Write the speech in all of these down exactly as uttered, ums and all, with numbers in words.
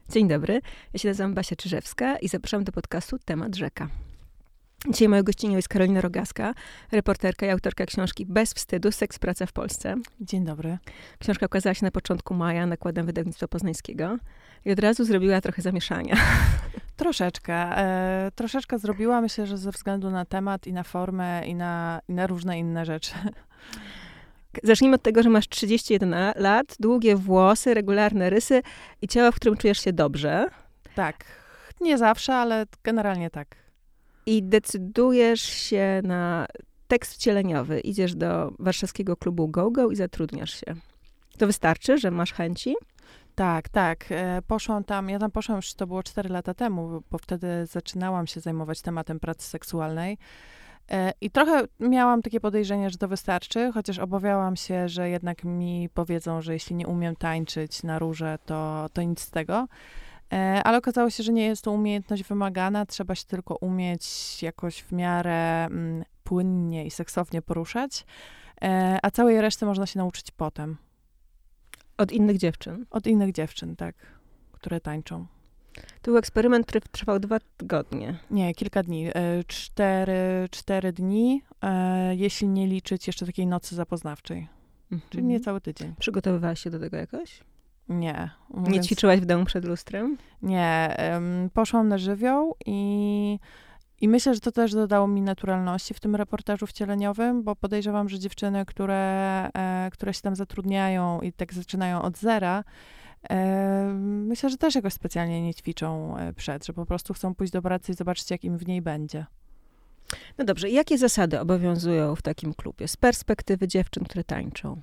Dzień dobry, ja się nazywam Basia Czyżewska i zapraszam do podcastu Temat Rzeka. Dzisiaj moją gościnią jest Karolina Rogaska, reporterka i autorka książki Bez wstydu, seks, praca w Polsce. Dzień dobry. Książka ukazała się na początku maja nakładem wydawnictwa poznańskiego i od razu zrobiła trochę zamieszania. Troszeczkę. E, troszeczkę zrobiła, myślę, że ze względu na temat i na formę i na, i na różne inne rzeczy. Zacznijmy od tego, że masz trzydzieści jeden lat, długie włosy, regularne rysy i ciało, w którym czujesz się dobrze. Tak. Nie zawsze, ale generalnie tak. I decydujesz się na tekst wcieleniowy. Idziesz do warszawskiego klubu GoGo i zatrudniasz się. To wystarczy, że masz chęci? Tak, tak. E, poszłam tam, ja tam poszłam już, to było cztery lata temu, bo wtedy zaczynałam się zajmować tematem pracy seksualnej. E, I trochę miałam takie podejrzenie, że to wystarczy, chociaż obawiałam się, że jednak mi powiedzą, że jeśli nie umiem tańczyć na róże, to, to nic z tego. Ale okazało się, że nie jest to umiejętność wymagana, trzeba się tylko umieć jakoś w miarę mm, płynnie i seksownie poruszać, e, a całej reszty można się nauczyć potem. Od innych dziewczyn? Od innych dziewczyn, tak, które tańczą. To był eksperyment, który trwał dwa tygodnie. Nie, kilka dni. E, cztery, cztery dni, e, jeśli nie liczyć jeszcze takiej nocy zapoznawczej. Mhm. Czyli nie cały tydzień. Przygotowywałaś się do tego jakoś? Nie. Mówiąc, nie ćwiczyłaś w domu przed lustrem? Nie. Um, poszłam na żywioł i, i myślę, że to też dodało mi naturalności w tym reportażu wcieleniowym, bo podejrzewam, że dziewczyny, które, e, które się tam zatrudniają i tak zaczynają od zera, e, myślę, że też jakoś specjalnie nie ćwiczą przed, że po prostu chcą pójść do pracy i zobaczyć, jak im w niej będzie. No dobrze, jakie zasady obowiązują w takim klubie z perspektywy dziewczyn, które tańczą?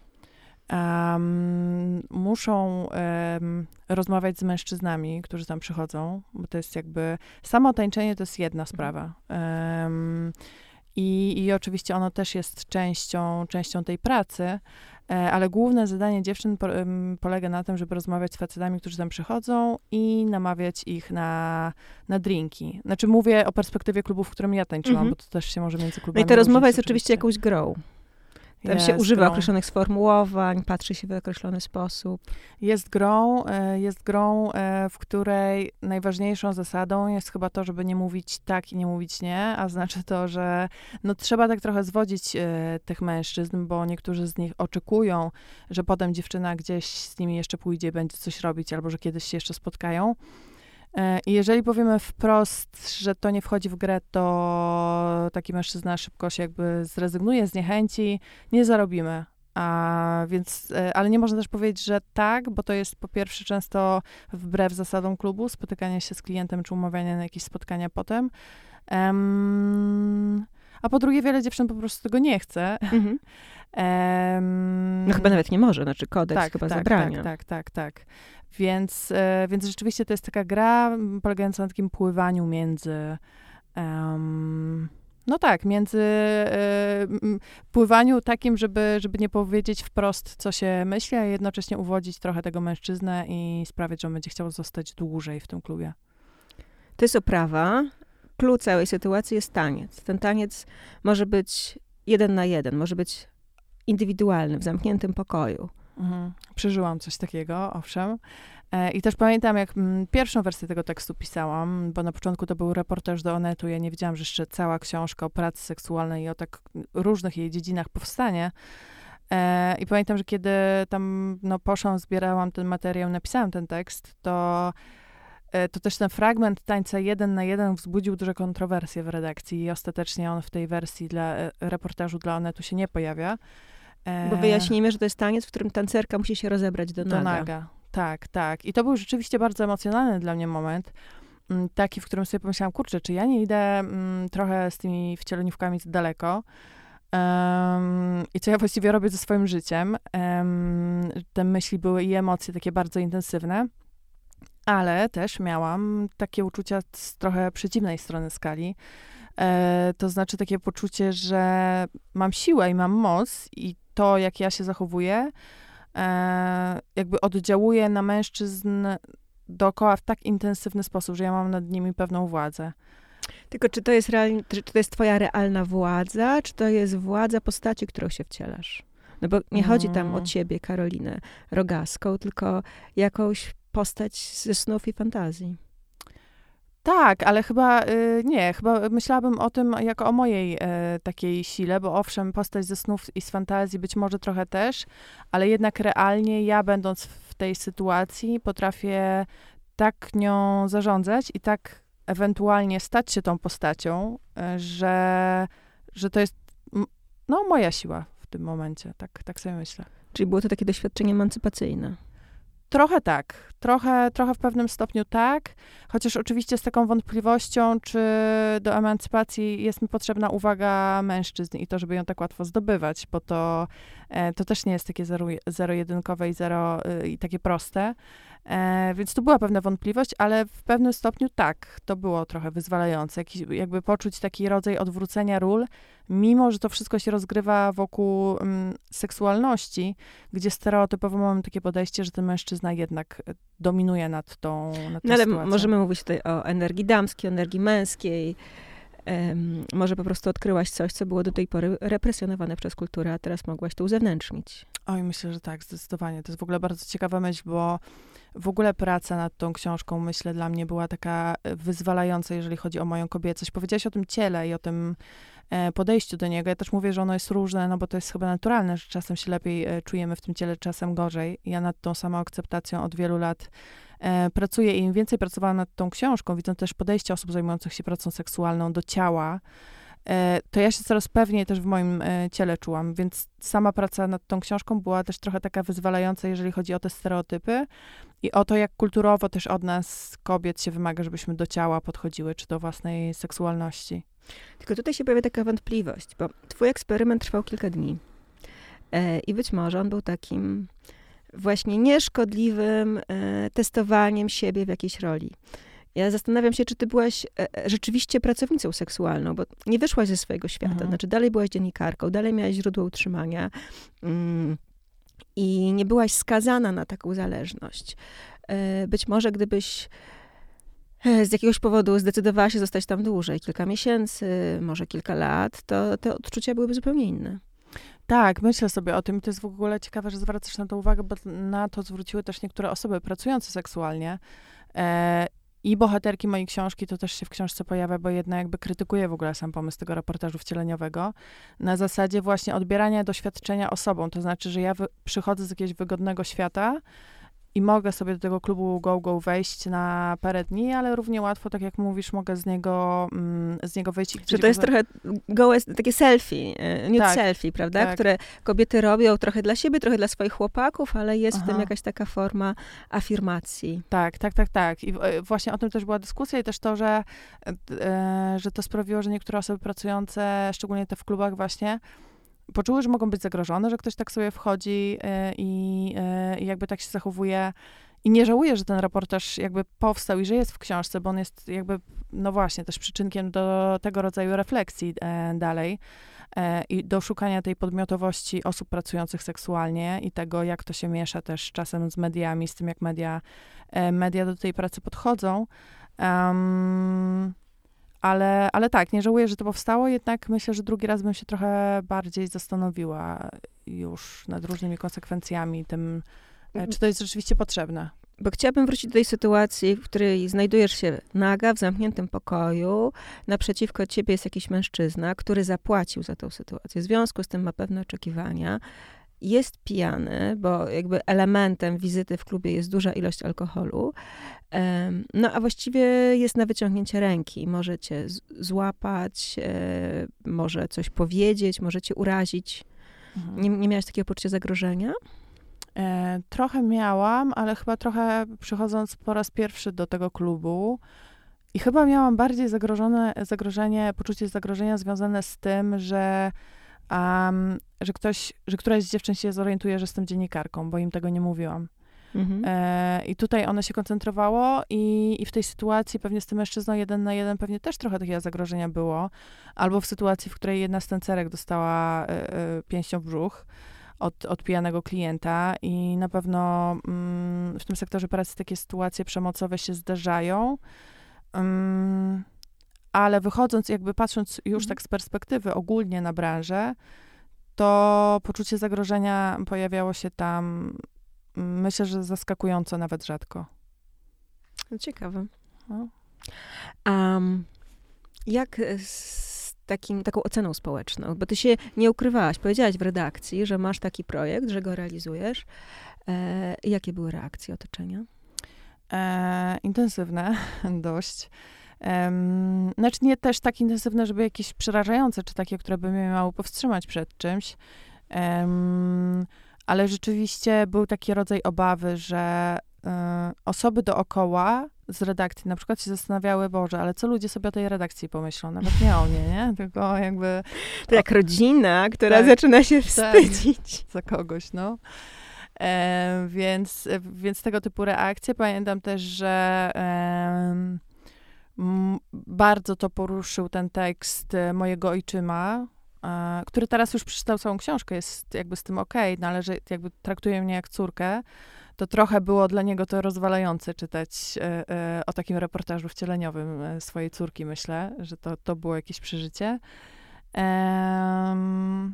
Um, muszą um, rozmawiać z mężczyznami, którzy tam przychodzą, bo to jest jakby, samo tańczenie to jest jedna sprawa. Um, i, I oczywiście ono też jest częścią, częścią tej pracy, ale główne zadanie dziewczyn po, um, polega na tym, żeby rozmawiać z facetami, którzy tam przychodzą i namawiać ich na, na drinki. Znaczy mówię o perspektywie klubu, w którym ja tańczyłam, mm-hmm. bo to też się może między klubami. No i ta rozmowa jest oczywiście. oczywiście jakąś grą. Tam Jest się używa grą. określonych sformułowań, patrzy się w określony sposób. Jest grą, jest grą, w której najważniejszą zasadą jest chyba to, żeby nie mówić tak i nie mówić nie, a znaczy to, że no, trzeba tak trochę zwodzić tych mężczyzn, bo niektórzy z nich oczekują, że potem dziewczyna gdzieś z nimi jeszcze pójdzie, będzie coś robić, albo że kiedyś się jeszcze spotkają. I jeżeli powiemy wprost, że to nie wchodzi w grę, to taki mężczyzna szybko się jakby zrezygnuje z niechęci, nie zarobimy. A więc, ale nie można też powiedzieć, że tak, bo to jest po pierwsze często wbrew zasadom klubu, spotykanie się z klientem czy umawianie na jakieś spotkania potem. Um, a po drugie, wiele dziewczyn po prostu tego nie chce. Mhm. Um, no chyba nawet nie może, znaczy kodeks tak, chyba tak, zabrania. Tak, tak, tak, tak. Więc, e, więc rzeczywiście to jest taka gra polegająca na takim pływaniu między, um, no tak, między e, pływaniu takim, żeby, żeby nie powiedzieć wprost, co się myśli, a jednocześnie uwodzić trochę tego mężczyznę i sprawić, że on będzie chciał zostać dłużej w tym klubie. To jest oprawa. Klucz całej sytuacji jest taniec. Ten taniec może być jeden na jeden, może być indywidualny, w zamkniętym pokoju. Mhm. Przeżyłam coś takiego, owszem. E, I też pamiętam, jak m, pierwszą wersję tego tekstu pisałam, bo na początku to był reportaż do Onetu, ja nie wiedziałam, że jeszcze cała książka o pracy seksualnej i o tak różnych jej dziedzinach powstanie. E, I pamiętam, że kiedy tam no, poszłam, zbierałam ten materiał, napisałam ten tekst, to e, to też ten fragment tańca jeden na jeden wzbudził duże kontrowersje w redakcji i ostatecznie on w tej wersji dla e, reportażu dla Onetu się nie pojawia. Bo wyjaśnijmy, że to jest taniec, w którym tancerka musi się rozebrać do naga. Do naga, tak, tak. I to był rzeczywiście bardzo emocjonalny dla mnie moment, taki, w którym sobie pomyślałam, kurczę, czy ja nie idę m, trochę z tymi wcieleniówkami za daleko um, i co ja właściwie robię ze swoim życiem. Um, te myśli były i emocje takie bardzo intensywne, ale też miałam takie uczucia z trochę przeciwnej strony skali. E, to znaczy takie poczucie, że mam siłę i mam moc i to, jak ja się zachowuję, e, jakby oddziałuje na mężczyzn dookoła w tak intensywny sposób, że ja mam nad nimi pewną władzę. Tylko czy to jest, real, czy to jest twoja realna władza, czy to jest władza postaci, którą się wcielasz? No bo nie chodzi tam o ciebie, Karolinę Rogaską, tylko jakąś postać ze snów i fantazji. Tak, ale chyba y, nie, chyba myślałabym o tym jako o mojej y, takiej sile, bo owszem, postać ze snów i z fantazji być może trochę też, ale jednak realnie ja, będąc w tej sytuacji, potrafię tak nią zarządzać i tak ewentualnie stać się tą postacią, y, że, że to jest m, no, moja siła w tym momencie, tak, tak sobie myślę. Czyli było to takie doświadczenie emancypacyjne. Trochę tak, trochę, trochę w pewnym stopniu tak, chociaż oczywiście z taką wątpliwością, czy do emancypacji jest mi potrzebna uwaga mężczyzn i to, żeby ją tak łatwo zdobywać, bo to, e, to też nie jest takie zero, zero-jedynkowe i, zero, y, i takie proste, e, więc tu była pewna wątpliwość, ale w pewnym stopniu tak, to było trochę wyzwalające, Jakiś, jakby poczuć taki rodzaj odwrócenia ról, mimo że to wszystko się rozgrywa wokół um, seksualności, gdzie stereotypowo mamy takie podejście, że ten mężczyzna jednak dominuje nad tą, nad tą no, ale sytuacją. Możemy mówić tutaj o energii damskiej, o energii męskiej. Um, może po prostu odkryłaś coś, co było do tej pory represjonowane przez kulturę, a teraz mogłaś to uzewnętrznić. Oj, myślę, że tak, zdecydowanie. To jest w ogóle bardzo ciekawa myśl, bo w ogóle praca nad tą książką, myślę, dla mnie była taka wyzwalająca, jeżeli chodzi o moją kobiecość. Powiedziałaś o tym ciele i o tym podejściu do niego. Ja też mówię, że ono jest różne, no bo to jest chyba naturalne, że czasem się lepiej czujemy w tym ciele, czasem gorzej. Ja nad tą samą akceptacją od wielu lat e, pracuję i im więcej pracowałam nad tą książką, widząc też podejście osób zajmujących się pracą seksualną do ciała, e, to ja się coraz pewniej też w moim e, ciele czułam, więc sama praca nad tą książką była też trochę taka wyzwalająca, jeżeli chodzi o te stereotypy i o to, jak kulturowo też od nas, kobiet, się wymaga, żebyśmy do ciała podchodziły, czy do własnej seksualności. Tylko tutaj się pojawia taka wątpliwość, bo twój eksperyment trwał kilka dni e, i być może on był takim właśnie nieszkodliwym e, testowaniem siebie w jakiejś roli. Ja zastanawiam się, czy ty byłaś e, rzeczywiście pracownicą seksualną, bo nie wyszłaś ze swojego świata, Mhm. znaczy dalej byłaś dziennikarką, dalej miałaś źródło utrzymania mm, i nie byłaś skazana na taką zależność. E, być może gdybyś z jakiegoś powodu zdecydowała się zostać tam dłużej, kilka miesięcy, może kilka lat, to te odczucia byłyby zupełnie inne. Tak, myślę sobie o tym i to jest w ogóle ciekawe, że zwracasz na to uwagę, bo na to zwróciły też niektóre osoby pracujące seksualnie. E, I bohaterki mojej książki, to też się w książce pojawia, bo jedna jakby krytykuje w ogóle sam pomysł tego reportażu wcieleniowego, na zasadzie właśnie odbierania doświadczenia osobom. To znaczy, że ja wy, przychodzę z jakiegoś wygodnego świata i mogę sobie do tego klubu Go Go wejść na parę dni, ale równie łatwo, tak jak mówisz, mogę z niego, mm, z niego wyjść. Że to jest trochę gołe, takie selfie, nude tak, selfie, prawda? Tak. Które kobiety robią trochę dla siebie, trochę dla swoich chłopaków, ale jest Aha. w tym jakaś taka forma afirmacji. Tak, tak, tak, tak. I właśnie o tym też była dyskusja i też to, że, e, że to sprawiło, że niektóre osoby pracujące, szczególnie te w klubach właśnie, poczuły, że mogą być zagrożone, że ktoś tak sobie wchodzi y, i y, jakby tak się zachowuje i nie żałuję, że ten reportaż jakby powstał i że jest w książce, bo on jest jakby, no właśnie, też przyczynkiem do tego rodzaju refleksji e, dalej e, i do szukania tej podmiotowości osób pracujących seksualnie i tego, jak to się miesza też czasem z mediami, z tym, jak media, e, media do tej pracy podchodzą. Um, Ale, ale tak, nie żałuję, że to powstało, jednak myślę, że drugi raz bym się trochę bardziej zastanowiła już nad różnymi konsekwencjami, tym, czy to jest rzeczywiście potrzebne. Bo chciałabym wrócić do tej sytuacji, w której znajdujesz się naga, w zamkniętym pokoju, naprzeciwko ciebie jest jakiś mężczyzna, który zapłacił za tę sytuację, w związku z tym ma pewne oczekiwania, jest pijany, bo jakby elementem wizyty w klubie jest duża ilość alkoholu, no a właściwie jest na wyciągnięcie ręki. Może cię złapać, może coś powiedzieć, może cię urazić. Mhm. Nie, nie miałaś takiego poczucia zagrożenia? E, trochę miałam, ale chyba trochę przychodząc po raz pierwszy do tego klubu i chyba miałam bardziej zagrożone, zagrożenie, poczucie zagrożenia związane z tym, że Um, że ktoś, że któraś z dziewczyn się zorientuje, że jestem dziennikarką, bo im tego nie mówiłam. Mhm. E, I tutaj ono się koncentrowało i, i w tej sytuacji pewnie z tym mężczyzną jeden na jeden pewnie też trochę takiego zagrożenia było. Albo w sytuacji, w której jedna z tancerek dostała e, e, pięścią w brzuch od, od pijanego klienta i na pewno mm, w tym sektorze pracy takie sytuacje przemocowe się zdarzają. Um, Ale wychodząc, jakby patrząc już mhm. tak z perspektywy ogólnie na branżę, to poczucie zagrożenia pojawiało się tam, myślę, że zaskakująco, nawet rzadko. Ciekawe. No. Um, jak z takim, taką oceną społeczną? Bo ty się nie ukrywałaś, powiedziałaś w redakcji, że masz taki projekt, że go realizujesz. E, jakie były reakcje otoczenia? E, intensywne, dość. Um, znaczy nie też tak intensywne, żeby jakieś przerażające, czy takie, które by mnie miały powstrzymać przed czymś. Um, ale rzeczywiście był taki rodzaj obawy, że y, osoby dookoła z redakcji na przykład się zastanawiały, Boże, ale co ludzie sobie o tej redakcji pomyślą? Nawet nie o mnie, nie? Tylko jakby... To jak rodzina, która tak, zaczyna się wstydzić. Tak, za kogoś, no. E, więc, więc tego typu reakcje. Pamiętam też, że e, m, bardzo to poruszył ten tekst mojego ojczyma, e, który teraz już przeczytał całą książkę, jest jakby z tym okej, okay, no ale że jakby traktuje mnie jak córkę, to trochę było dla niego to rozwalające czytać e, e, o takim reportażu wcieleniowym e, swojej córki, myślę, że to, to było jakieś przeżycie. Um,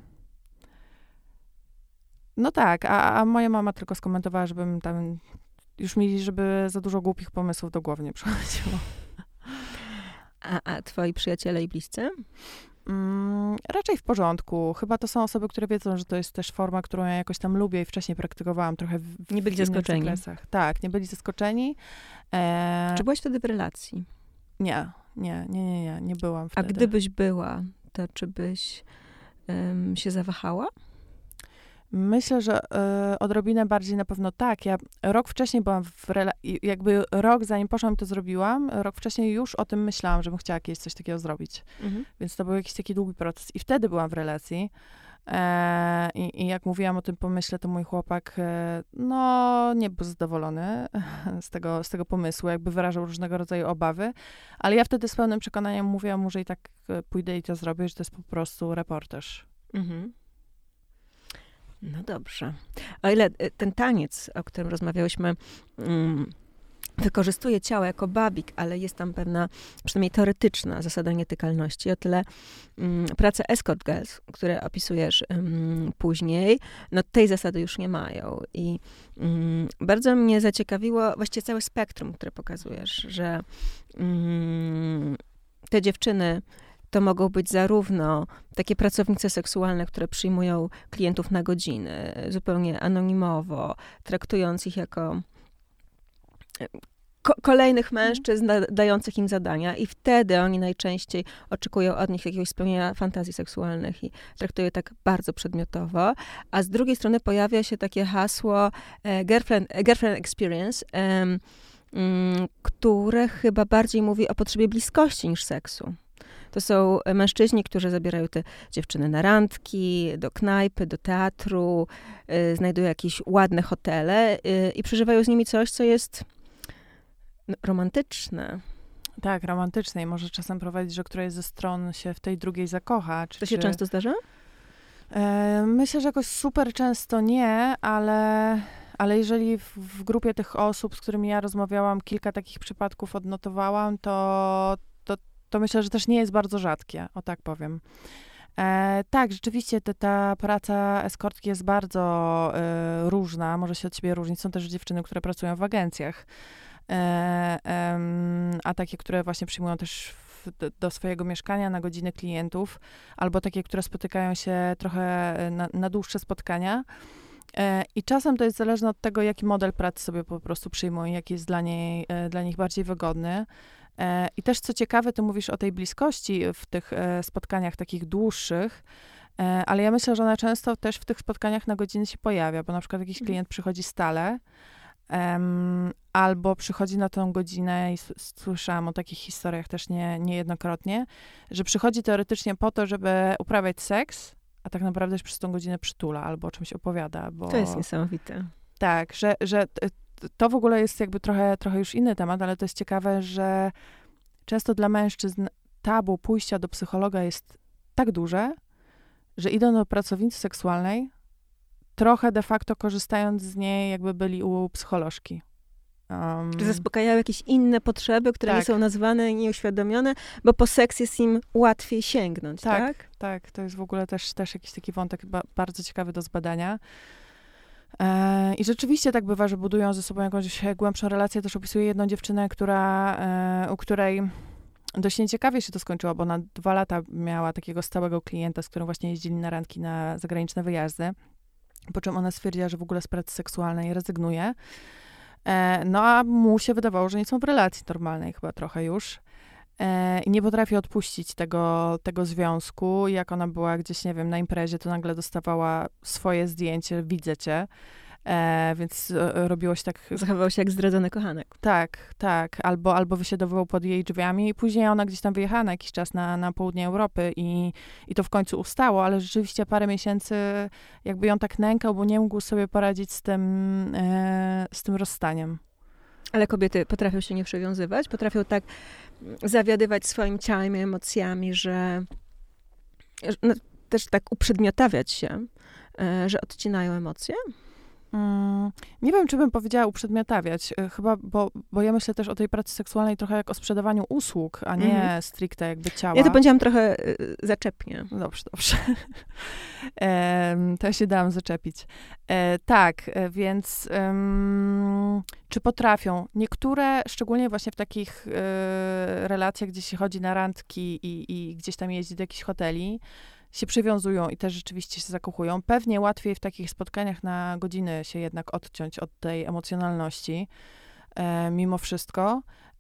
no tak, a, a moja mama tylko skomentowała, żebym tam już mi, żeby za dużo głupich pomysłów do głowy nie przychodziło. A, a twoi przyjaciele i bliscy? Mm, raczej w porządku. Chyba to są osoby, które wiedzą, że to jest też forma, którą ja jakoś tam lubię i wcześniej praktykowałam trochę w, w Nie byli zaskoczeni? zakresach. Tak, nie byli zaskoczeni. E... Czy byłaś wtedy w relacji? Nie, nie, nie, nie, nie, nie byłam wtedy. A gdybyś była, to czy byś um, się zawahała? Myślę, że y, odrobinę bardziej na pewno tak. Ja rok wcześniej byłam w relacji, jakby rok zanim poszłam, to zrobiłam, rok wcześniej już o tym myślałam, że bym chciała kiedyś coś takiego zrobić. Mhm. Więc to był jakiś taki długi proces. I wtedy byłam w relacji. E, i, I jak mówiłam o tym pomyśle, to mój chłopak, e, no, nie był zadowolony z tego, z tego pomysłu, jakby wyrażał różnego rodzaju obawy. Ale ja wtedy z pełnym przekonaniem mówiłam mu, że i tak pójdę i to zrobię, że to jest po prostu reportaż. Mhm. No dobrze. O ile ten taniec, o którym rozmawiałyśmy, um, wykorzystuje ciało jako babik, ale jest tam pewna, przynajmniej teoretyczna zasada nietykalności, o tyle um, prace escort girls, które opisujesz um, później, no tej zasady już nie mają. I um, bardzo mnie zaciekawiło właściwie całe spektrum, które pokazujesz, że um, te dziewczyny to mogą być zarówno takie pracownice seksualne, które przyjmują klientów na godziny, zupełnie anonimowo, traktując ich jako ko- kolejnych mężczyzn da- dających im zadania i wtedy oni najczęściej oczekują od nich jakiegoś spełnienia fantazji seksualnych i traktują tak bardzo przedmiotowo. A z drugiej strony pojawia się takie hasło e, girlfriend, girlfriend experience, e, m, które chyba bardziej mówi o potrzebie bliskości niż seksu. To są mężczyźni, którzy zabierają te dziewczyny na randki, do knajpy, do teatru, y, znajdują jakieś ładne hotele y, i przeżywają z nimi coś, co jest no, romantyczne. Tak, romantyczne i może czasem prowadzić, że któraś ze stron się w tej drugiej zakocha. Czy, to się czy... często zdarza? E, myślę, że jakoś super często nie, ale, ale jeżeli w, w grupie tych osób, z którymi ja rozmawiałam, kilka takich przypadków odnotowałam, to to myślę, że też nie jest bardzo rzadkie, o tak powiem. E, tak, rzeczywiście te, ta praca eskortki jest bardzo e, różna, może się od siebie różnić. Są też dziewczyny, które pracują w agencjach, e, e, a takie, które właśnie przyjmują też w, do, do swojego mieszkania na godziny klientów, albo takie, które spotykają się trochę na, na dłuższe spotkania. E, I czasem to jest zależne od tego, jaki model pracy sobie po prostu przyjmują, jaki jest dla, niej, e, dla nich bardziej wygodny. I też co ciekawe, ty mówisz o tej bliskości w tych spotkaniach takich dłuższych, ale ja myślę, że ona często też w tych spotkaniach na godziny się pojawia, bo na przykład jakiś klient przychodzi stale, um, albo przychodzi na tą godzinę i s- słyszałam o takich historiach też nie, niejednokrotnie, że przychodzi teoretycznie po to, żeby uprawiać seks, a tak naprawdę już przez tą godzinę przytula albo o czymś opowiada. Bo... To jest niesamowite. Tak, że, że to w ogóle jest jakby trochę, trochę już inny temat, ale to jest ciekawe, że często dla mężczyzn tabu pójścia do psychologa jest tak duże, że idą do pracownicy seksualnej, trochę de facto korzystając z niej, jakby byli u psycholożki. Um, Że zaspokajają jakieś inne potrzeby, które tak. nie są nazwane i nieuświadomione, bo po seks jest im łatwiej sięgnąć, tak? Tak, tak. To jest w ogóle też, też jakiś taki wątek ba- bardzo ciekawy do zbadania. E, I rzeczywiście tak bywa, że budują ze sobą jakąś głębszą relację. Też opisuję jedną dziewczynę, która, e, u której dość nieciekawie się to skończyło, bo na dwa lata miała takiego stałego klienta, z którym właśnie jeździli na randki, na zagraniczne wyjazdy. Po czym ona stwierdziła, że w ogóle z pracy seksualnej rezygnuje. E, no a mu się wydawało, że nie są w relacji normalnej chyba trochę już. E, I nie potrafi odpuścić tego, tego związku. Jak ona była gdzieś, nie wiem, na imprezie, to nagle dostawała swoje zdjęcie, widzę cię. E, więc e, robiło się tak... Zachowywał się jak zdradzony kochanek. Tak, tak. Albo, albo wysiadowywał pod jej drzwiami i później ona gdzieś tam wyjechała na jakiś czas na, na południe Europy i, i to w końcu ustało, ale rzeczywiście parę miesięcy jakby ją tak nękał, bo nie mógł sobie poradzić z tym, e, z tym rozstaniem. Ale kobiety potrafią się nie przywiązywać, potrafią tak zawiadywać swoim ciałem i emocjami, że no, też tak uprzedmiotawiać się, e, że odcinają emocje. Mm, nie wiem, czy bym powiedziała uprzedmiotawiać, e, chyba, bo, bo ja myślę też o tej pracy seksualnej trochę jak o sprzedawaniu usług, a nie Mhm. stricte jakby ciała. Ja to powiedziałam trochę y, zaczepnie. Dobrze, dobrze. e, to ja się dałam zaczepić. E, tak, e, więc em, czy potrafią? Niektóre, szczególnie właśnie w takich e, relacjach, gdzie się chodzi na randki i, i gdzieś tam jeździ do jakichś hoteli, się przywiązują i też rzeczywiście się zakochują. Pewnie łatwiej w takich spotkaniach na godziny się jednak odciąć od tej emocjonalności, e, mimo wszystko.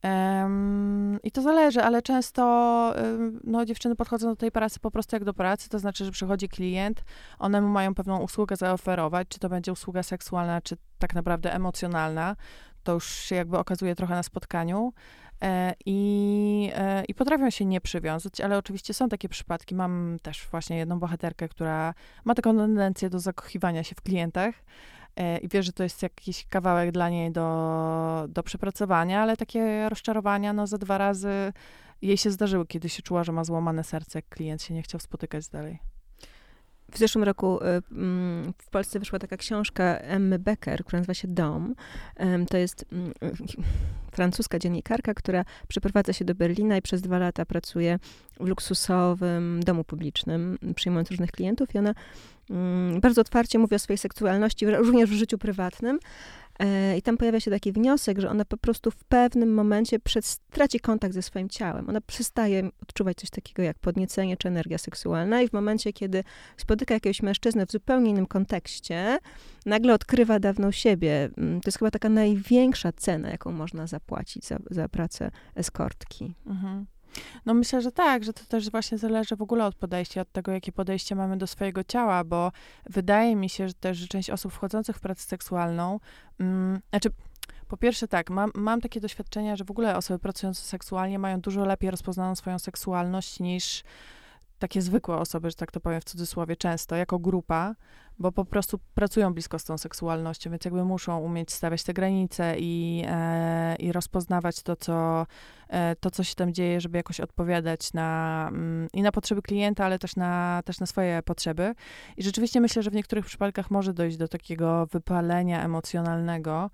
Um, I to zależy, ale często um, no, dziewczyny podchodzą do tej pracy po prostu jak do pracy, to znaczy, że przychodzi klient, one mu mają pewną usługę zaoferować, czy to będzie usługa seksualna, czy tak naprawdę emocjonalna, to już się jakby okazuje trochę na spotkaniu. E, i, e, I potrafią się nie przywiązać, ale oczywiście są takie przypadki. Mam też właśnie jedną bohaterkę, która ma taką tendencję do zakochiwania się w klientach e, i wie, że to jest jakiś kawałek dla niej do, do przepracowania, ale takie rozczarowania, no za dwa razy jej się zdarzyły, kiedy się czuła, że ma złamane serce, jak klient się nie chciał spotykać dalej. W zeszłym roku y, mm, w Polsce wyszła taka książka Emmy Becker, która nazywa się Dom. Ym, to jest mm, francuska dziennikarka, która przeprowadza się do Berlina i przez dwa lata pracuje w luksusowym domu publicznym, przyjmując różnych klientów i ona mm, bardzo otwarcie mówi o swojej seksualności, również w życiu prywatnym. I tam pojawia się taki wniosek, że ona po prostu w pewnym momencie przed, traci kontakt ze swoim ciałem. Ona przestaje odczuwać coś takiego jak podniecenie czy energia seksualna i w momencie, kiedy spotyka jakiegoś mężczyznę w zupełnie innym kontekście, nagle odkrywa dawną siebie. To jest chyba taka największa cena, jaką można zapłacić za, za pracę eskortki. Mhm. No myślę, że tak, że to też właśnie zależy w ogóle od podejścia, od tego, jakie podejście mamy do swojego ciała, bo wydaje mi się, że też że część osób wchodzących w pracę seksualną, mm, znaczy po pierwsze tak, mam, mam takie doświadczenia, że w ogóle osoby pracujące seksualnie mają dużo lepiej rozpoznaną swoją seksualność niż takie zwykłe osoby, że tak to powiem w cudzysłowie, często, jako grupa, bo po prostu pracują blisko z tą seksualnością, więc jakby muszą umieć stawiać te granice i, e, i rozpoznawać to co, e, to, co się tam dzieje, żeby jakoś odpowiadać na, mm, i na potrzeby klienta, ale też na, też na swoje potrzeby. I rzeczywiście myślę, że w niektórych przypadkach może dojść do takiego wypalenia emocjonalnego,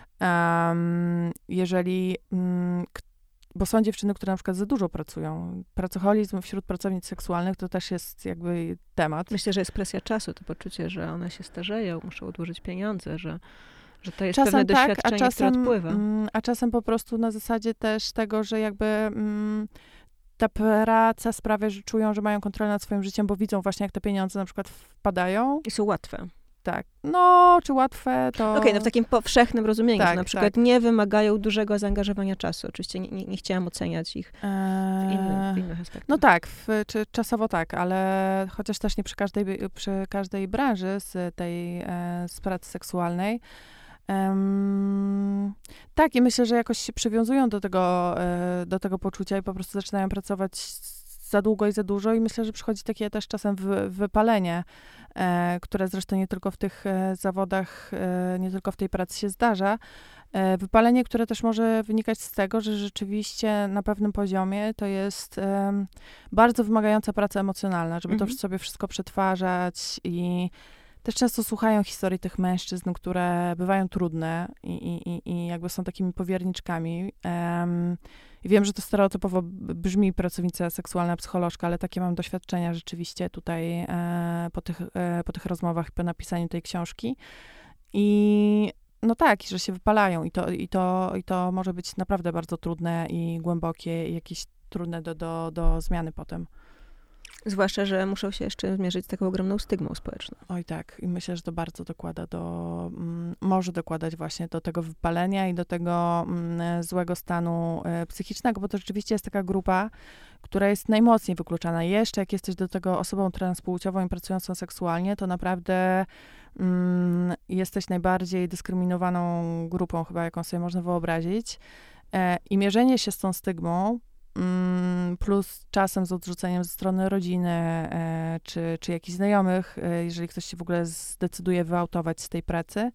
um, jeżeli um, bo są dziewczyny, które na przykład za dużo pracują. Pracoholizm wśród pracownic seksualnych to też jest jakby temat. Myślę, że jest presja czasu, to poczucie, że one się starzeją, muszą odłożyć pieniądze, że, że to jest czasem pewne tak, doświadczenie, a czasem, które odpływa. Mm, a czasem po prostu na zasadzie też tego, że jakby mm, ta praca sprawia, że czują, że mają kontrolę nad swoim życiem, bo widzą właśnie, jak te pieniądze na przykład wpadają. I są łatwe. Tak. No, czy łatwe, to... Okej, okay, no w takim powszechnym rozumieniu, tak, że na przykład tak. nie wymagają dużego zaangażowania czasu. Oczywiście nie, nie, nie chciałam oceniać ich w innych, w innych aspektach. No tak, w, czy czasowo tak, ale chociaż też nie przy każdej, przy każdej branży z tej e, z pracy seksualnej. Um, tak, i myślę, że jakoś się przywiązują do tego, e, do tego poczucia i po prostu zaczynają pracować za długo i za dużo i myślę, że przychodzi takie też czasem wy, wypalenie, e, które zresztą nie tylko w tych e, zawodach, e, nie tylko w tej pracy się zdarza. E, wypalenie, które też może wynikać z tego, że rzeczywiście na pewnym poziomie to jest e, bardzo wymagająca praca emocjonalna, żeby mhm. to sobie wszystko przetwarzać i też często słuchają historii tych mężczyzn, które bywają trudne i, i, i jakby są takimi powierniczkami. Um, I wiem, że to stereotypowo brzmi pracownica seksualna, psycholożka, ale takie mam doświadczenia rzeczywiście tutaj e, po, tych, e, po tych rozmowach i po napisaniu tej książki. I no tak, że się wypalają i to, i, to, i to może być naprawdę bardzo trudne i głębokie i jakieś trudne do, do, do zmiany potem. Zwłaszcza, że muszą się jeszcze zmierzyć z taką ogromną stygmą społeczną. Oj tak, i myślę, że to bardzo dokłada do, mm, może dokładać właśnie do tego wypalenia i do tego mm, złego stanu e, psychicznego, bo to rzeczywiście jest taka grupa, która jest najmocniej wykluczana. Jeszcze jak jesteś do tego osobą transpłciową i pracującą seksualnie, to naprawdę mm, jesteś najbardziej dyskryminowaną grupą chyba, jaką sobie można wyobrazić. E, I mierzenie się z tą stygmą, plus czasem z odrzuceniem ze strony rodziny, e, czy, czy jakichś znajomych, e, jeżeli ktoś się w ogóle zdecyduje wyautować z tej pracy,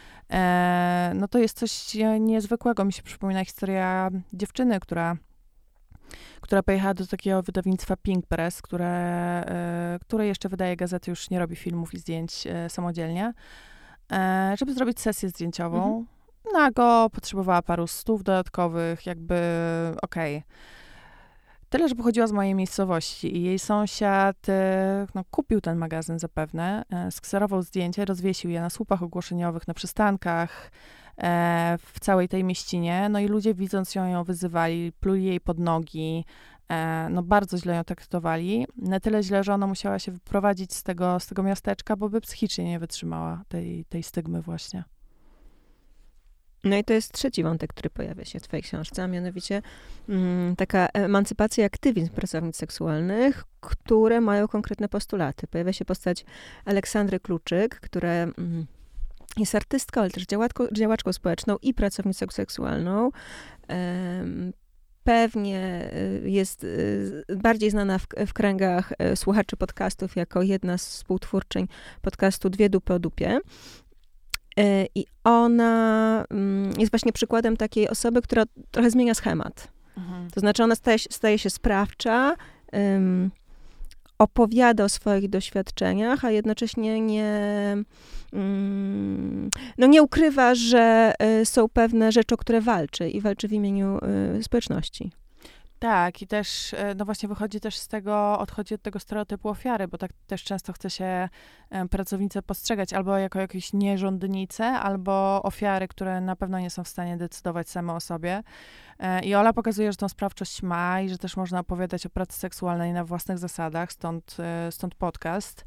e, no to jest coś niezwykłego. Mi się przypomina historia dziewczyny, która, która pojechała do takiego wydawnictwa Pink Press, które, e, które jeszcze wydaje gazety, już nie robi filmów i zdjęć e, samodzielnie, e, żeby zrobić sesję zdjęciową. Mhm. Nago, potrzebowała paru stów dodatkowych, jakby okej. Okay. Tyle, że pochodziła z mojej miejscowości i jej sąsiad no, kupił ten magazyn zapewne, skserował zdjęcie, rozwiesił je na słupach ogłoszeniowych, na przystankach, e, w całej tej mieścinie. No i ludzie, widząc ją, ją wyzywali, pluli jej pod nogi, e, no bardzo źle ją traktowali. Na tyle źle, że ona musiała się wyprowadzić z tego, z tego miasteczka, bo by psychicznie nie wytrzymała tej, tej stygmy właśnie. No i to jest trzeci wątek, który pojawia się w twojej książce, a mianowicie mm, taka emancypacja i aktywizm pracownic seksualnych, które mają konkretne postulaty. Pojawia się postać Aleksandry Kluczyk, która mm, jest artystką, ale też działaczką, działaczką społeczną i pracownicą seksualną. Um, Pewnie jest bardziej znana w, w kręgach słuchaczy podcastów jako jedna z współtwórczyń podcastu Dwie dupy o dupie. I ona jest właśnie przykładem takiej osoby, która trochę zmienia schemat. Mhm. To znaczy ona staje, staje się sprawcza, um, opowiada o swoich doświadczeniach, a jednocześnie nie, um, no nie ukrywa, że y, są pewne rzeczy, o które walczy i walczy w imieniu y, społeczności. Tak, i też, no właśnie wychodzi też z tego, odchodzi od tego stereotypu ofiary, bo tak też często chce się pracownice postrzegać albo jako jakieś nierządnice, albo ofiary, które na pewno nie są w stanie decydować same o sobie. I Ola pokazuje, że tą sprawczość ma i że też można opowiadać o pracy seksualnej na własnych zasadach, stąd, stąd podcast.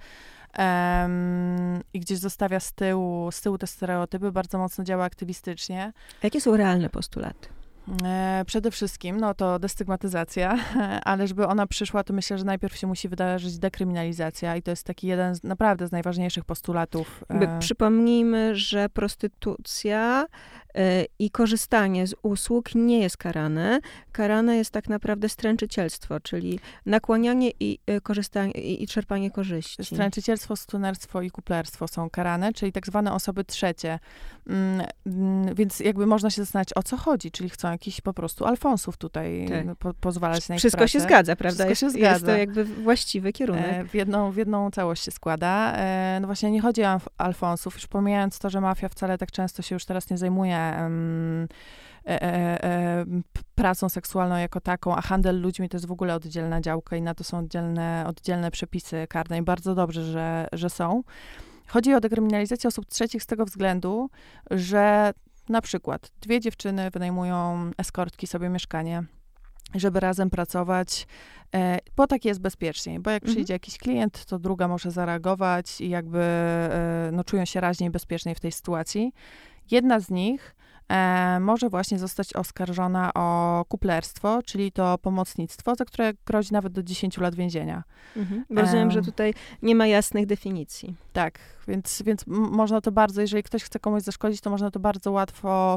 Um, I gdzieś zostawia z tyłu, z tyłu te stereotypy, bardzo mocno działa aktywistycznie. A jakie są realne postulaty? Przede wszystkim, no to destygmatyzacja, ale żeby ona przyszła, to myślę, że najpierw się musi wydarzyć dekryminalizacja i to jest taki jeden z, naprawdę z najważniejszych postulatów. By, przypomnijmy, że prostytucja y, i korzystanie z usług nie jest karane. Karane jest tak naprawdę stręczycielstwo, czyli nakłanianie i y, korzystanie i, i czerpanie korzyści. Stręczycielstwo, stunerstwo i kuplerstwo są karane, czyli tak zwane osoby trzecie. Mm, mm, więc jakby można się zastanawiać, o co chodzi, czyli chcą jakichś po prostu alfonsów tutaj tak. po, pozwalać na ich Wszystko pracę. się zgadza, prawda? Wszystko jest, się zgadza. Jest to jakby właściwy kierunek. E, w, jedną, w jedną całość się składa. E, no właśnie nie chodzi o alfonsów, już pomijając to, że mafia wcale tak często się już teraz nie zajmuje um, e, e, e, pracą seksualną jako taką, a handel ludźmi to jest w ogóle oddzielna działka i na to są oddzielne, oddzielne przepisy karne i bardzo dobrze, że, że są. Chodzi o dekryminalizację osób trzecich z tego względu, że na przykład dwie dziewczyny wynajmują eskortki sobie mieszkanie, żeby razem pracować, bo tak jest bezpieczniej, bo jak mhm. przyjdzie jakiś klient, to druga może zareagować i jakby no, czują się raźniej, bezpieczniej w tej sytuacji. Jedna z nich e, może właśnie zostać oskarżona o kuplerstwo, czyli to pomocnictwo, za które grozi nawet do dziesięciu lat więzienia. Mhm. Rozumiem, e, że tutaj nie ma jasnych definicji. Tak, więc, więc można to bardzo, jeżeli ktoś chce komuś zaszkodzić, to można to bardzo łatwo,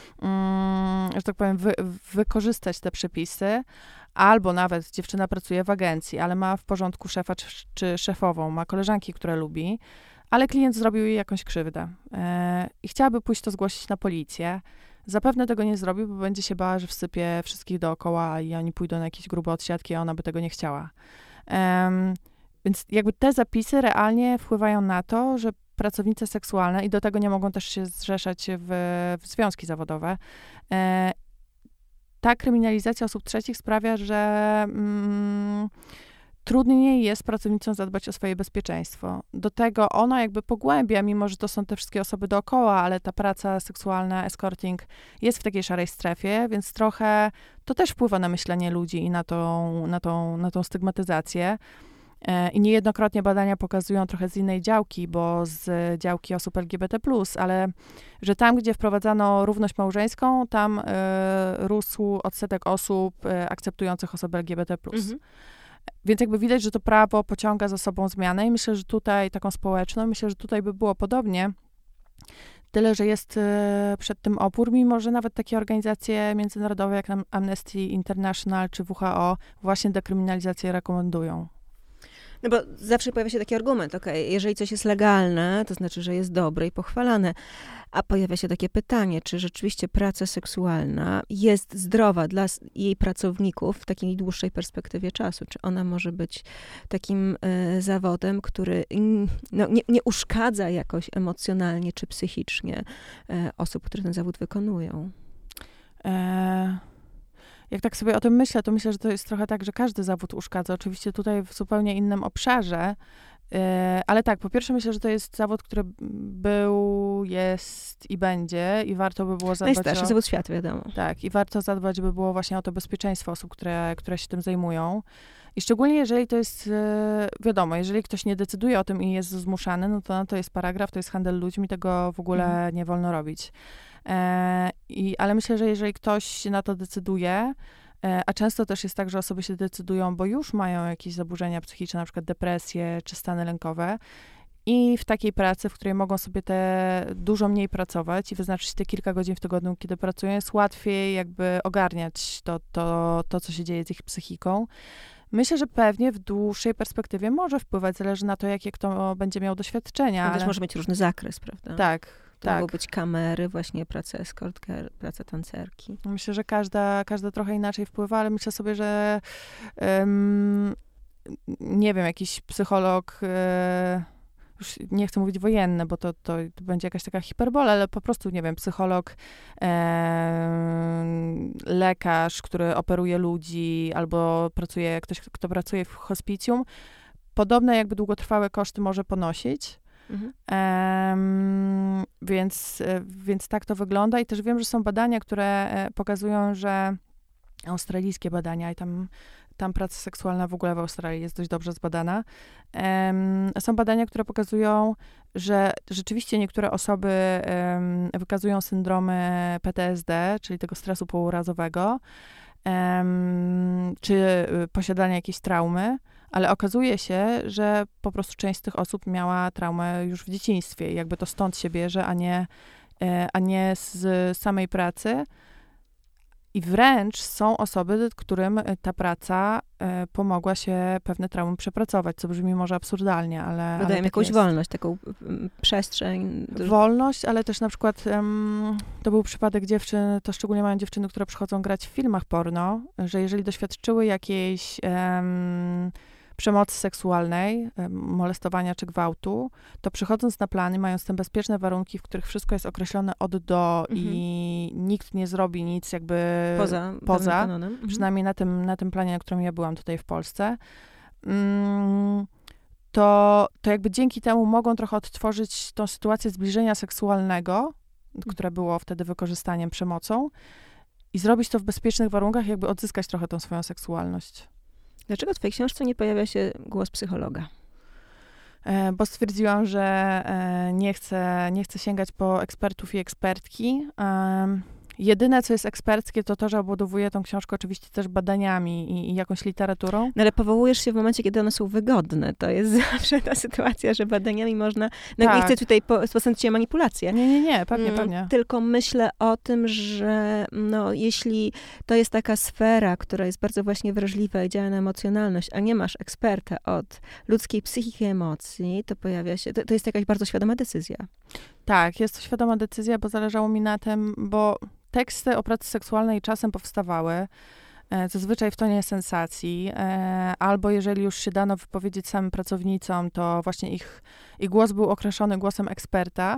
mm, że tak powiem, wy, wykorzystać te przepisy. Albo nawet dziewczyna pracuje w agencji, ale ma w porządku szefa czy, czy szefową, ma koleżanki, które lubi, ale klient zrobił jej jakąś krzywdę e, i chciałaby pójść to zgłosić na policję. Zapewne tego nie zrobi, bo będzie się bała, że wsypie wszystkich dookoła i oni pójdą na jakieś grube odsiadki, a ona by tego nie chciała. E, więc jakby te zapisy realnie wpływają na to, że pracownice seksualne, i do tego nie mogą też się zrzeszać w, w związki zawodowe, e, ta kryminalizacja osób trzecich sprawia, że mm, trudniej jest pracownicom zadbać o swoje bezpieczeństwo. Do tego ona jakby pogłębia, mimo że to są te wszystkie osoby dookoła, ale ta praca seksualna, escorting jest w takiej szarej strefie, więc trochę to też wpływa na myślenie ludzi i na tą, na tą, na tą stygmatyzację. I niejednokrotnie badania pokazują trochę z innej działki, bo z działki osób L G B T plus, ale że tam, gdzie wprowadzano równość małżeńską, tam y, rósł odsetek osób y, akceptujących osoby L G B T plus. Mhm. Więc jakby widać, że to prawo pociąga za sobą zmianę i myślę, że tutaj taką społeczną, myślę, że tutaj by było podobnie. Tyle, że jest y, przed tym opór, mimo że nawet takie organizacje międzynarodowe jak Amnesty International czy W H O właśnie dekryminalizację rekomendują. No bo zawsze pojawia się taki argument, okej, okay, jeżeli coś jest legalne, to znaczy, że jest dobre i pochwalane. A pojawia się takie pytanie, czy rzeczywiście praca seksualna jest zdrowa dla jej pracowników w takiej dłuższej perspektywie czasu? Czy ona może być takim y, zawodem, który y, no, nie, nie uszkadza jakoś emocjonalnie czy psychicznie y, osób, które ten zawód wykonują? E- Jak tak sobie o tym myślę, to myślę, że to jest trochę tak, że każdy zawód uszkadza. Oczywiście tutaj w zupełnie innym obszarze, yy, ale tak, po pierwsze myślę, że to jest zawód, który był, jest i będzie i warto by było zadbać Najstarszy o... zawód świata, wiadomo. Tak, i warto zadbać by było właśnie o to bezpieczeństwo osób, które, które się tym zajmują. I szczególnie jeżeli to jest, yy, wiadomo, jeżeli ktoś nie decyduje o tym i jest zmuszany, no to to jest paragraf, to jest handel ludźmi, tego w ogóle mhm. nie wolno robić. E, i, ale myślę, że jeżeli ktoś się na to decyduje, e, a często też jest tak, że osoby się decydują, bo już mają jakieś zaburzenia psychiczne, na przykład depresję czy stany lękowe i w takiej pracy, w której mogą sobie te dużo mniej pracować i wyznaczyć te kilka godzin w tygodniu, kiedy pracują, jest łatwiej jakby ogarniać to, to, to co się dzieje z ich psychiką. Myślę, że pewnie w dłuższej perspektywie może wpływać, zależy na to, jakie kto będzie miał doświadczenia. To ale... też może mieć różny zakres, prawda? Tak. To tak. mogą być kamery, właśnie praca eskortki, praca tancerki. Myślę, że każda, każda trochę inaczej wpływa, ale myślę sobie, że um, nie wiem, jakiś psycholog, e, już nie chcę mówić wojenny, bo to, to, to będzie jakaś taka hiperbola, ale po prostu, nie wiem, psycholog, e, lekarz, który operuje ludzi, albo pracuje, ktoś, kto pracuje w hospicjum, podobne jakby długotrwałe koszty może ponosić. Mhm. Um, więc, więc tak to wygląda i też wiem, że są badania, które pokazują, że australijskie badania i tam, tam praca seksualna w ogóle w Australii jest dość dobrze zbadana. Um, są badania, które pokazują, że rzeczywiście niektóre osoby um, wykazują syndromy P T S D, czyli tego stresu pourazowego, um, czy posiadania jakiejś traumy. Ale okazuje się, że po prostu część z tych osób miała traumę już w dzieciństwie. I jakby to stąd się bierze, a nie, a nie z samej pracy. I wręcz są osoby, którym ta praca pomogła się pewne traumy przepracować, co brzmi może absurdalnie, ale... Wydają tak jakąś jest. wolność, taką przestrzeń. Wolność, ale też na przykład um, to był przypadek dziewczyn, to szczególnie mają dziewczyny, które przychodzą grać w filmach porno, że jeżeli doświadczyły jakiejś... Um, przemocy seksualnej, molestowania czy gwałtu, to przychodząc na plany, mając te bezpieczne warunki, w których wszystko jest określone od do mhm. i nikt nie zrobi nic jakby poza, poza mhm. przynajmniej na tym, na tym planie, na którym ja byłam tutaj w Polsce, mm, to, to jakby dzięki temu mogą trochę odtworzyć tą sytuację zbliżenia seksualnego, mhm. które było wtedy wykorzystaniem przemocą i zrobić to w bezpiecznych warunkach, jakby odzyskać trochę tą swoją seksualność. Dlaczego w twojej książce nie pojawia się głos psychologa? E, bo stwierdziłam, że e, nie, chcę, nie chcę sięgać po ekspertów i ekspertki. E, jedyne, co jest eksperckie, to to, że obudowuję tą książkę oczywiście też badaniami i, i jakąś literaturą. No ale powołujesz się w momencie, kiedy one są wygodne. To jest zawsze ta sytuacja, że badaniami można... No tak. Nie chcę tutaj po, sposobić się manipulację. Nie, nie, nie, pewnie, mm, pewnie. Tylko myślę o tym, że no, jeśli to jest taka sfera, która jest bardzo właśnie wrażliwa i działa na emocjonalność, a nie masz eksperta od ludzkiej psychiki i emocji, to pojawia się... To, to jest jakaś bardzo świadoma decyzja. Tak, jest to świadoma decyzja, bo zależało mi na tym, bo teksty o pracy seksualnej czasem powstawały, e, zazwyczaj w tonie sensacji, e, albo jeżeli już się dano wypowiedzieć samym pracownicom, to właśnie ich, ich głos był określony głosem eksperta,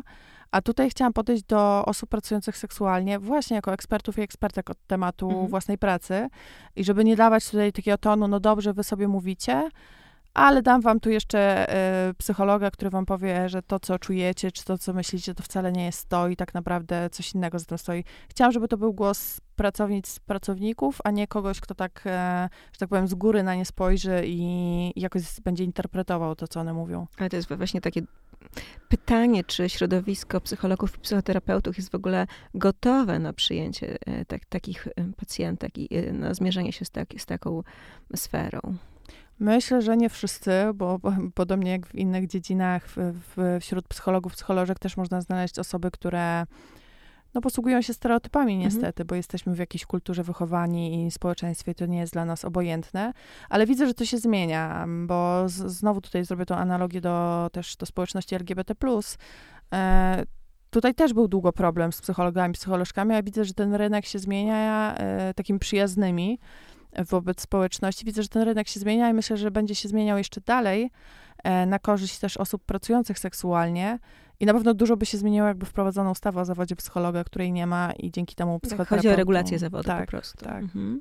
A tutaj chciałam podejść do osób pracujących seksualnie właśnie jako ekspertów i ekspertek od tematu Mhm. własnej pracy i żeby nie dawać tutaj takiego tonu, no dobrze, wy sobie mówicie, ale dam wam tu jeszcze y, psychologa, który wam powie, że to, co czujecie, czy to, co myślicie, to wcale nie jest to i tak naprawdę coś innego za tym stoi. Chciałam, żeby to był głos pracownic, pracowników, a nie kogoś, kto tak, e, że tak powiem, z góry na nie spojrzy i jakoś będzie interpretował to, co one mówią. Ale to jest właśnie takie pytanie, czy środowisko psychologów i psychoterapeutów jest w ogóle gotowe na przyjęcie e, tak, takich e, pacjentek i e, na zmierzenie się z, tak, z taką sferą. Myślę, że nie wszyscy, bo, bo podobnie jak w innych dziedzinach, w, w, wśród psychologów, psycholożek też można znaleźć osoby, które no, posługują się stereotypami niestety, mhm. bo jesteśmy w jakiejś kulturze wychowani i społeczeństwie to nie jest dla nas obojętne, ale widzę, że to się zmienia, bo z, znowu tutaj zrobię tą analogię do też do społeczności L G B T plus. E, tutaj też był długo problem z psychologami, psycholożkami, a widzę, że ten rynek się zmienia e, takimi przyjaznymi wobec społeczności. Widzę, że ten rynek się zmienia i myślę, że będzie się zmieniał jeszcze dalej e, na korzyść też osób pracujących seksualnie. I na pewno dużo by się zmieniło, jakby wprowadzono ustawę o zawodzie psychologa, której nie ma i dzięki temu psychoterapeutom... Chodzi o regulację zawodu tak, po prostu. Tak. Mhm.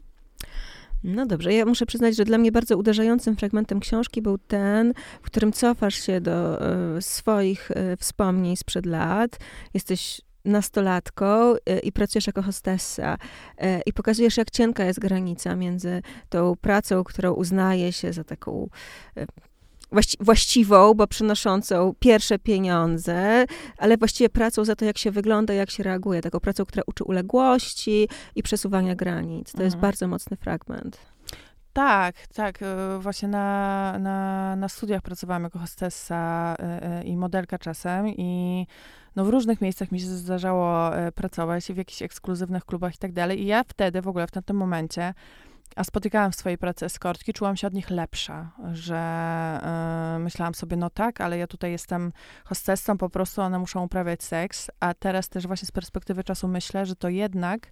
No dobrze, ja muszę przyznać, że dla mnie bardzo uderzającym fragmentem książki był ten, w którym cofasz się do y, swoich y, wspomnień sprzed lat. Jesteś nastolatką y, i pracujesz jako hostessa y, i pokazujesz, jak cienka jest granica między tą pracą, którą uznaje się za taką y, właści- właściwą, bo przynoszącą pierwsze pieniądze, ale właściwie pracą za to, jak się wygląda, jak się reaguje. Taką pracą, która uczy uległości i przesuwania granic. To mhm. jest bardzo mocny fragment. Tak, tak. Właśnie na, na, na studiach pracowałam jako hostessa i modelka czasem i no w różnych miejscach mi się zdarzało pracować, w jakichś ekskluzywnych klubach i tak dalej. I ja wtedy, w ogóle w tym momencie, a spotykałam w swojej pracy eskortki, czułam się od nich lepsza, że y, myślałam sobie, no tak, ale ja tutaj jestem hostessą, po prostu one muszą uprawiać seks, a teraz też właśnie z perspektywy czasu myślę, że to jednak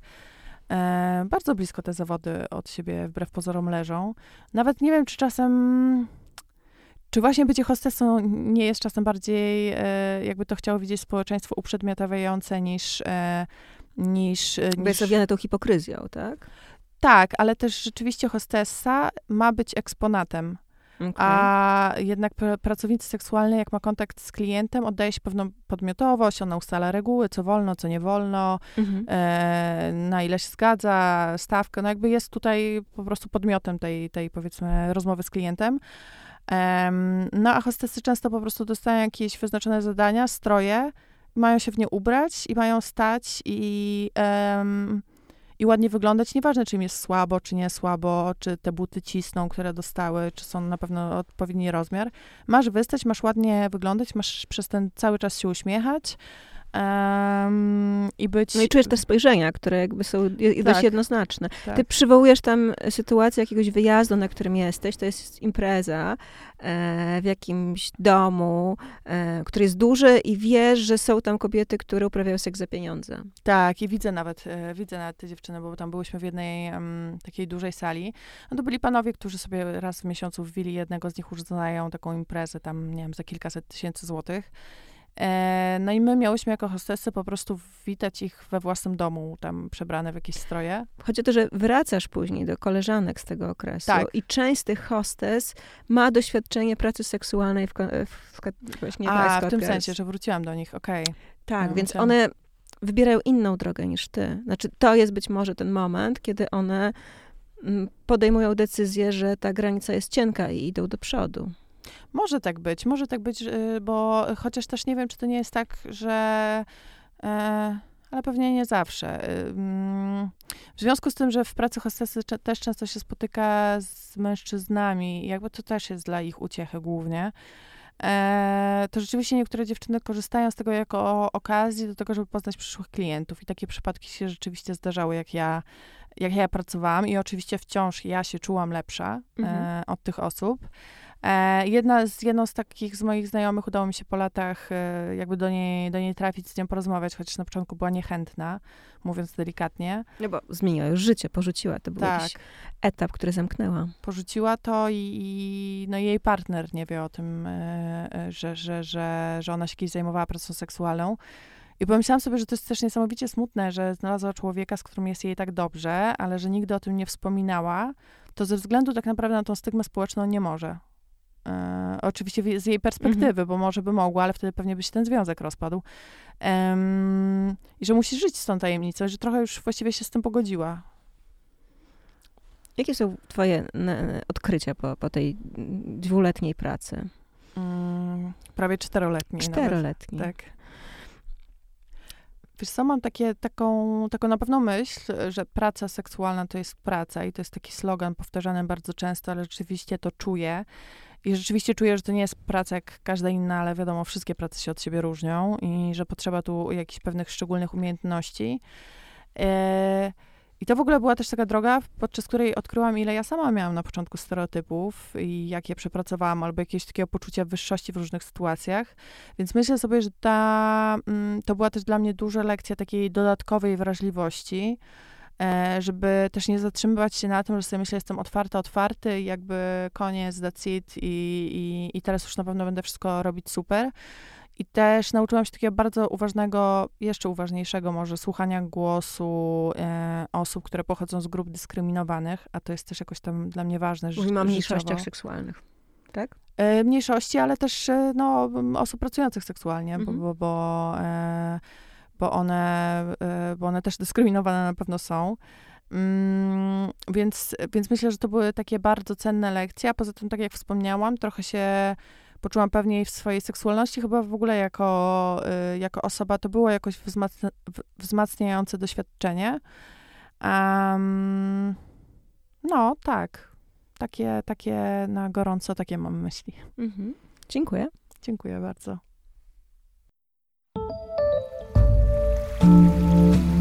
e, bardzo blisko te zawody od siebie wbrew pozorom leżą. Nawet nie wiem, czy czasem, czy właśnie bycie hostessą nie jest czasem bardziej, e, jakby to chciało widzieć społeczeństwo, uprzedmiotawiające niż... E, niż, niż... Jest owiane tą hipokryzją, tak? Tak, ale też rzeczywiście hostessa ma być eksponatem. Okay. A jednak pr- pracownicy seksualni, jak ma kontakt z klientem, oddaje się pewną podmiotowość, ona ustala reguły, co wolno, co nie wolno, mm-hmm. e, na ile się zgadza, stawkę, no jakby jest tutaj po prostu podmiotem tej, tej powiedzmy rozmowy z klientem. E, no a hostessy często po prostu dostają jakieś wyznaczone zadania, stroje, mają się w nie ubrać i mają stać i... E, I ładnie wyglądać, nieważne, czy im jest słabo, czy nie słabo, czy te buty cisną, które dostały, czy są na pewno odpowiedni rozmiar. Masz wystać, masz ładnie wyglądać, masz przez ten cały czas się uśmiechać um, i być... No i czujesz te spojrzenia, które jakby są je, tak, dość jednoznaczne. Tak. Ty przywołujesz tam sytuację jakiegoś wyjazdu, na którym jesteś, to jest impreza e, w jakimś domu, e, który jest duży i wiesz, że są tam kobiety, które uprawiają seks za pieniądze. Tak, i widzę nawet, e, widzę nawet te dziewczyny, bo tam byłyśmy w jednej um, takiej dużej sali. No to byli panowie, którzy sobie raz w miesiącu w willi jednego z nich urządzają taką imprezę tam, nie wiem, za kilkaset tysięcy złotych. E, no i my miałyśmy jako hostessy po prostu witać ich we własnym domu, tam przebrane w jakieś stroje. Chodzi o to, że wracasz później do koleżanek z tego okresu tak. i część z tych hostes ma doświadczenie pracy seksualnej w, w, w właśnie A, w tym sensie, że wróciłam do nich, okej. Okay. Tak, no, więc ten... one wybierają inną drogę niż ty. Znaczy, to jest być może ten moment, kiedy one podejmują decyzję, że ta granica jest cienka i idą do przodu. Może tak być, może tak być, bo chociaż też nie wiem, czy to nie jest tak, że... E, ale pewnie nie zawsze. W związku z tym, że w pracy hostessy też często się spotyka z mężczyznami, jakby to też jest dla ich uciechy głównie, e, to rzeczywiście niektóre dziewczyny korzystają z tego jako okazji do tego, żeby poznać przyszłych klientów. I takie przypadki się rzeczywiście zdarzały, jak ja, jak ja pracowałam. I oczywiście wciąż ja się czułam lepsza mhm. e, od tych osób. E, jedna z, jedną z takich z moich znajomych udało mi się po latach e, jakby do niej, do niej trafić, z nią porozmawiać, chociaż na początku była niechętna, mówiąc delikatnie. No bo zmieniła już życie, porzuciła. To był tak. jakiś etap, który zamknęła. Porzuciła to i, i no jej partner nie wie o tym, e, że, że, że, że ona się kiedyś zajmowała pracą seksualną. I pomyślałam sobie, że to jest też niesamowicie smutne, że znalazła człowieka, z którym jest jej tak dobrze, ale że nigdy o tym nie wspominała, to ze względu tak naprawdę na tą stygmę społeczną nie może. E, oczywiście z jej perspektywy, mhm. bo może by mogła, ale wtedy pewnie by się ten związek rozpadł. Um, I że musi żyć z tą tajemnicą, że trochę już właściwie się z tym pogodziła. Jakie są twoje odkrycia po, po tej dwuletniej pracy? Um, prawie czteroletniej. Czteroletniej. Nawet, tak. Wiesz co, mam takie, taką, taką na pewno myśl, że praca seksualna to jest praca i to jest taki slogan powtarzany bardzo często, ale rzeczywiście to czuję. I rzeczywiście czuję, że to nie jest praca jak każda inna, ale wiadomo, wszystkie prace się od siebie różnią i że potrzeba tu jakichś pewnych szczególnych umiejętności. E, I to w ogóle była też taka droga, podczas której odkryłam, ile ja sama miałam na początku stereotypów i jak je przepracowałam, albo jakiegoś takiego poczucia wyższości w różnych sytuacjach. Więc myślę sobie, że ta, to była też dla mnie duża lekcja takiej dodatkowej wrażliwości, żeby też nie zatrzymywać się na tym, że sobie myślę, jestem otwarta, otwarty i jakby koniec, that's it i, i, i teraz już na pewno będę wszystko robić super. I też nauczyłam się takiego bardzo uważnego, jeszcze uważniejszego może, słuchania głosu e, osób, które pochodzą z grup dyskryminowanych, a to jest też jakoś tam dla mnie ważne. Mówimy o mniejszościach seksualnych, tak? E, mniejszości, ale też no, osób pracujących seksualnie, mhm. bo, bo, bo, e, bo, one, e, bo one też dyskryminowane na pewno są. Mm, więc, więc myślę, że to były takie bardzo cenne lekcje, a poza tym, tak jak wspomniałam, trochę się poczułam pewniej w swojej seksualności, chyba w ogóle jako, y, jako osoba, to było jakoś wzmacnia, wzmacniające doświadczenie. Um, no, tak. Takie, takie na gorąco, takie mam myśli. Mhm. Dziękuję. Dziękuję bardzo.